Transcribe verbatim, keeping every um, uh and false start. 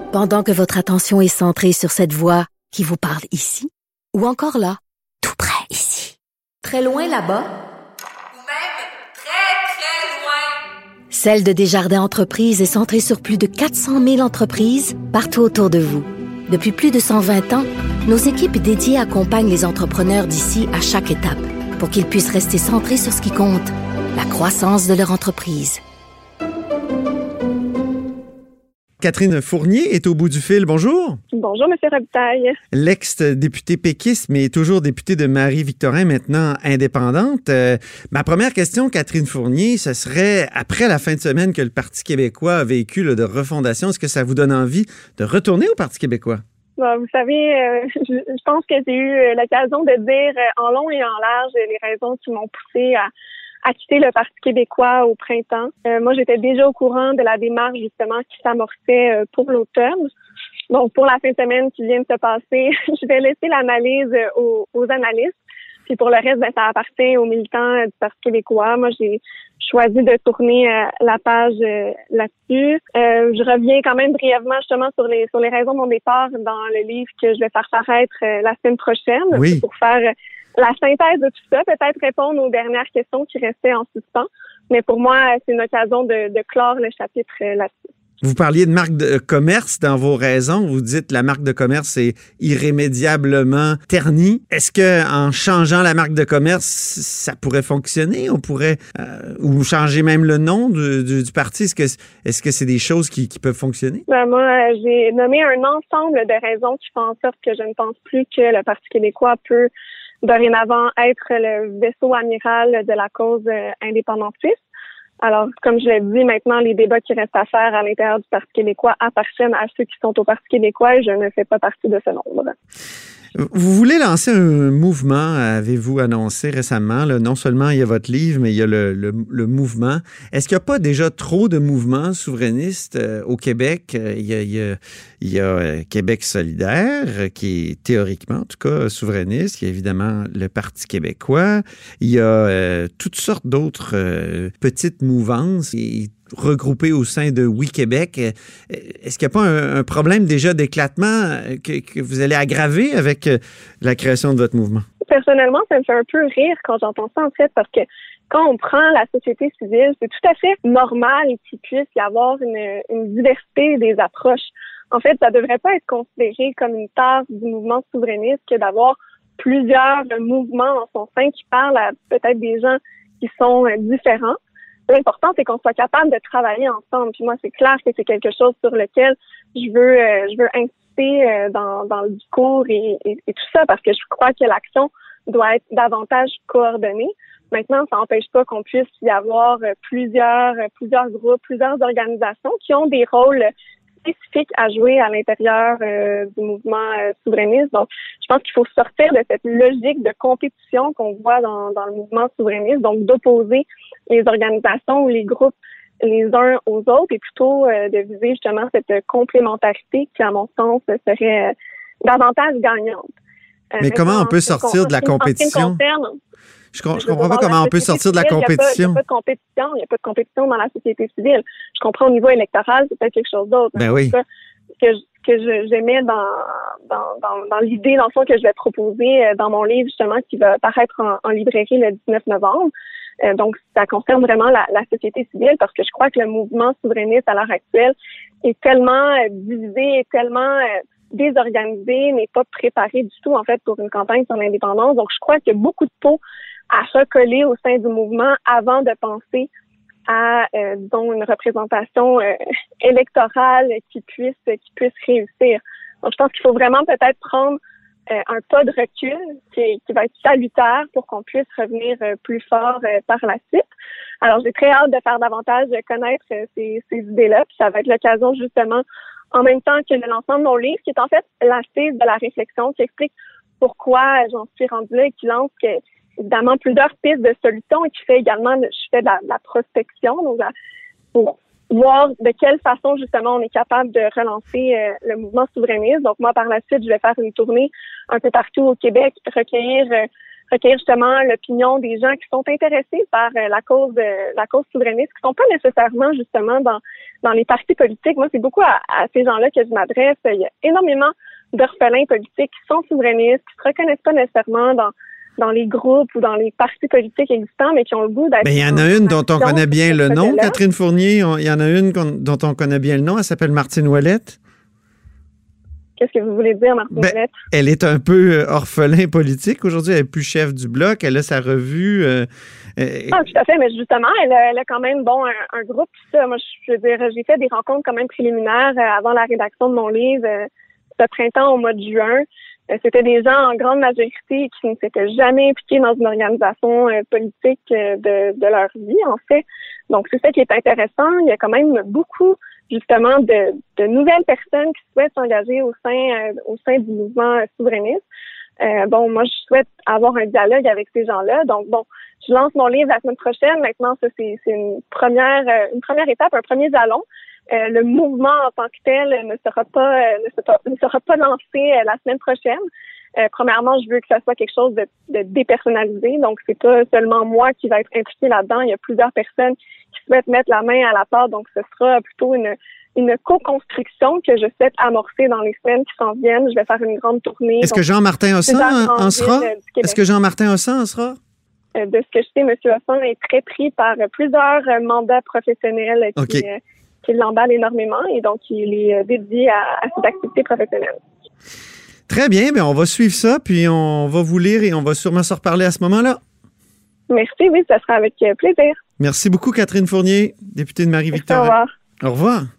Pendant que votre attention est centrée sur cette voix qui vous parle ici, ou encore là, tout près ici, très loin là-bas, ou même très, très loin. Celle de Desjardins Entreprises est centrée sur plus de quatre cent mille entreprises partout autour de vous. Depuis plus de cent vingt ans, nos équipes dédiées accompagnent les entrepreneurs d'ici à chaque étape pour qu'ils puissent rester centrés sur ce qui compte, la croissance de leur entreprise. Catherine Fournier est au bout du fil. Bonjour. Bonjour, M. Robitaille. L'ex-députée péquiste, mais toujours députée de Marie-Victorin, maintenant indépendante. Euh, ma première question, Catherine Fournier, ce serait, après la fin de semaine que le Parti québécois a vécu là, de refondation, est-ce que ça vous donne envie de retourner au Parti québécois? Bon, vous savez, euh, je, je pense que j'ai eu l'occasion de dire en long et en large les raisons qui m'ont poussée à à quitter le Parti québécois au printemps. Euh, moi, j'étais déjà au courant de la démarche, justement, qui s'amorçait euh, pour l'automne. Donc, pour la fin de semaine qui vient de se passer, je vais laisser l'analyse aux, aux analystes. Puis pour le reste, ben, ça appartient aux militants du Parti québécois. Moi, j'ai choisi de tourner euh, la page euh, là-dessus. Euh, je reviens quand même brièvement, justement, sur les sur les raisons de mon départ dans le livre que je vais faire paraître euh, la semaine prochaine. Oui. Pour faire la synthèse de tout ça, peut-être répondre aux dernières questions qui restaient en suspens. Mais pour moi, c'est une occasion de, de clore le chapitre là-dessus. Vous parliez de marque de commerce dans vos raisons. Vous dites que la marque de commerce est irrémédiablement ternie. Est-ce que en changeant la marque de commerce, ça pourrait fonctionner? On pourrait euh, ou changer même le nom du, du, du parti? Est-ce que est-ce que c'est des choses qui, qui peuvent fonctionner? Ben, moi, j'ai nommé un ensemble de raisons qui font en sorte que je ne pense plus que le Parti québécois peut dorénavant être le vaisseau amiral de la cause euh, indépendantiste. Alors, comme je l'ai dit, maintenant, les débats qui restent à faire à l'intérieur du Parti québécois appartiennent à ceux qui sont au Parti québécois et je ne fais pas partie de ce nombre. Vous voulez lancer un mouvement, avez-vous annoncé récemment? Là, non seulement il y a votre livre, mais il y a le, le, le mouvement. Est-ce qu'il n'y a pas déjà trop de mouvements souverainistes euh, au Québec? Il y a, il y a, il y a euh, Québec solidaire, euh, qui est théoriquement, en tout cas, souverainiste. Il y a évidemment le Parti québécois. Il y a euh, toutes sortes d'autres euh, petites mouvances et regroupés au sein de Oui Québec. Est-ce qu'il n'y a pas un, un problème déjà d'éclatement que, que vous allez aggraver avec la création de votre mouvement? Personnellement, ça me fait un peu rire quand j'entends ça, en fait, parce que quand on prend la société civile, c'est tout à fait normal qu'il puisse y avoir une, une diversité des approches. En fait, ça ne devrait pas être considéré comme une tare du mouvement souverainiste que d'avoir plusieurs mouvements en son sein qui parlent à peut-être des gens qui sont différents. L'important, c'est qu'on soit capable de travailler ensemble. Puis moi, c'est clair que c'est quelque chose sur lequel je veux, euh, je veux insister euh, dans, dans le discours et, et, et tout ça, parce que je crois que l'action doit être davantage coordonnée. Maintenant, ça n'empêche pas qu'on puisse y avoir plusieurs, plusieurs groupes, plusieurs organisations qui ont des rôles spécifiques à jouer à l'intérieur euh, du mouvement euh, souverainiste. Donc, je pense qu'il faut sortir de cette logique de compétition qu'on voit dans, dans le mouvement souverainiste, donc d'opposer les organisations ou les groupes les uns aux autres et plutôt euh, de viser justement cette complémentarité qui, à mon sens, serait euh, davantage gagnante. Euh, Mais comment on peut sortir de la compétition? Je, com- je comprends pas comment on peut sortir de la compétition. Il n'y a pas de compétition. Il n'y a pas de compétition dans la société civile. Je comprends au niveau électoral, c'est peut-être quelque chose d'autre. Ben oui. Que, que, que je, j'aimais dans, dans, dans, dans l'idée, dans le fond, que je vais proposer dans mon livre, justement, qui va paraître en, en librairie le dix-neuf novembre. Euh, donc, ça concerne vraiment la, la société civile parce que je crois que le mouvement souverainiste à l'heure actuelle est tellement euh, divisé, est tellement euh, désorganisé, n'est pas préparé du tout, en fait, pour une campagne sur l'indépendance. Donc, je crois qu'il y a beaucoup de pots à recoller au sein du mouvement avant de penser à, euh, disons, une représentation euh, électorale qui puisse, qui puisse réussir. Donc, je pense qu'il faut vraiment peut-être prendre euh, un pas de recul qui, qui va être salutaire pour qu'on puisse revenir euh, plus fort euh, par la suite. Alors, j'ai très hâte de faire davantage connaître euh, ces, ces idées-là, puis ça va être l'occasion, justement, en même temps que le lancement de mon livre, qui est en fait l'assise de la réflexion, qui explique pourquoi j'en suis rendue là et qui lance que, évidemment plusieurs pistes de solutions et qui fait également, je fais de la, de la prospection, donc la, pour voir de quelle façon justement on est capable de relancer euh, le mouvement souverainiste. Donc moi, par la suite, je vais faire une tournée un peu partout au Québec, recueillir euh, recueillir justement l'opinion des gens qui sont intéressés par euh, la cause euh, la cause souverainiste, qui sont pas nécessairement justement dans dans les partis politiques. Moi, c'est beaucoup à, à ces gens-là que je m'adresse. Il y a énormément d'orphelins politiques qui sont souverainistes, qui se reconnaissent pas nécessairement dans dans les groupes ou dans les partis politiques existants, mais qui ont le goût d'être... Mais il y en a une dont on connaît bien le nom, Catherine Fournier. Il y en a une dont on connaît bien le nom. Elle s'appelle Martine Ouellette. Qu'est-ce que vous voulez dire, Martine ben, Ouellette? Elle est un peu orphelin politique. Aujourd'hui, elle n'est plus chef du Bloc. Elle a sa revue. Euh, euh... Ah, tout à fait. Mais justement, elle a, elle a quand même bon un, un groupe. Tout ça. Moi, je veux dire, j'ai fait des rencontres quand même préliminaires euh, avant la rédaction de mon livre euh, ce printemps au mois de juin. C'était des gens en grande majorité qui ne s'étaient jamais impliqués dans une organisation euh, politique euh, de, de leur vie, en fait. Donc, c'est ça qui est intéressant. Il y a quand même beaucoup, justement, de, de nouvelles personnes qui souhaitent s'engager au sein euh, au sein du mouvement souverainiste. Euh, bon, moi, je souhaite avoir un dialogue avec ces gens-là. Donc, bon, je lance mon livre la semaine prochaine. Maintenant, ça, c'est, c'est une première euh, une première étape, un premier jalon. Euh, le mouvement en tant que tel ne sera pas euh, ne, sera, ne sera pas lancé euh, la semaine prochaine. Euh, premièrement, je veux que ça soit quelque chose de, de dépersonnalisé. Donc, c'est pas seulement moi qui va être impliquée là-dedans. Il y a plusieurs personnes qui souhaitent mettre la main à la pâte. Donc, ce sera plutôt une une co-construction que je souhaite amorcer dans les semaines qui s'en viennent. Je vais faire une grande tournée. Est-ce donc, que Jean-Martin Hossan en sera? Est-ce que Jean-Martin Hossan en sera? Euh, de ce que je sais, M. Hossan est très pris par plusieurs euh, mandats professionnels qui... Okay. Euh, qui l'emballe énormément et donc il est dédié à, à cette activité professionnelle. Très bien, bien, on va suivre ça, puis on va vous lire et on va sûrement se reparler à ce moment-là. Merci, oui, ça sera avec plaisir. Merci beaucoup, Catherine Fournier, députée de Marie-Victorin. Au revoir. Au revoir.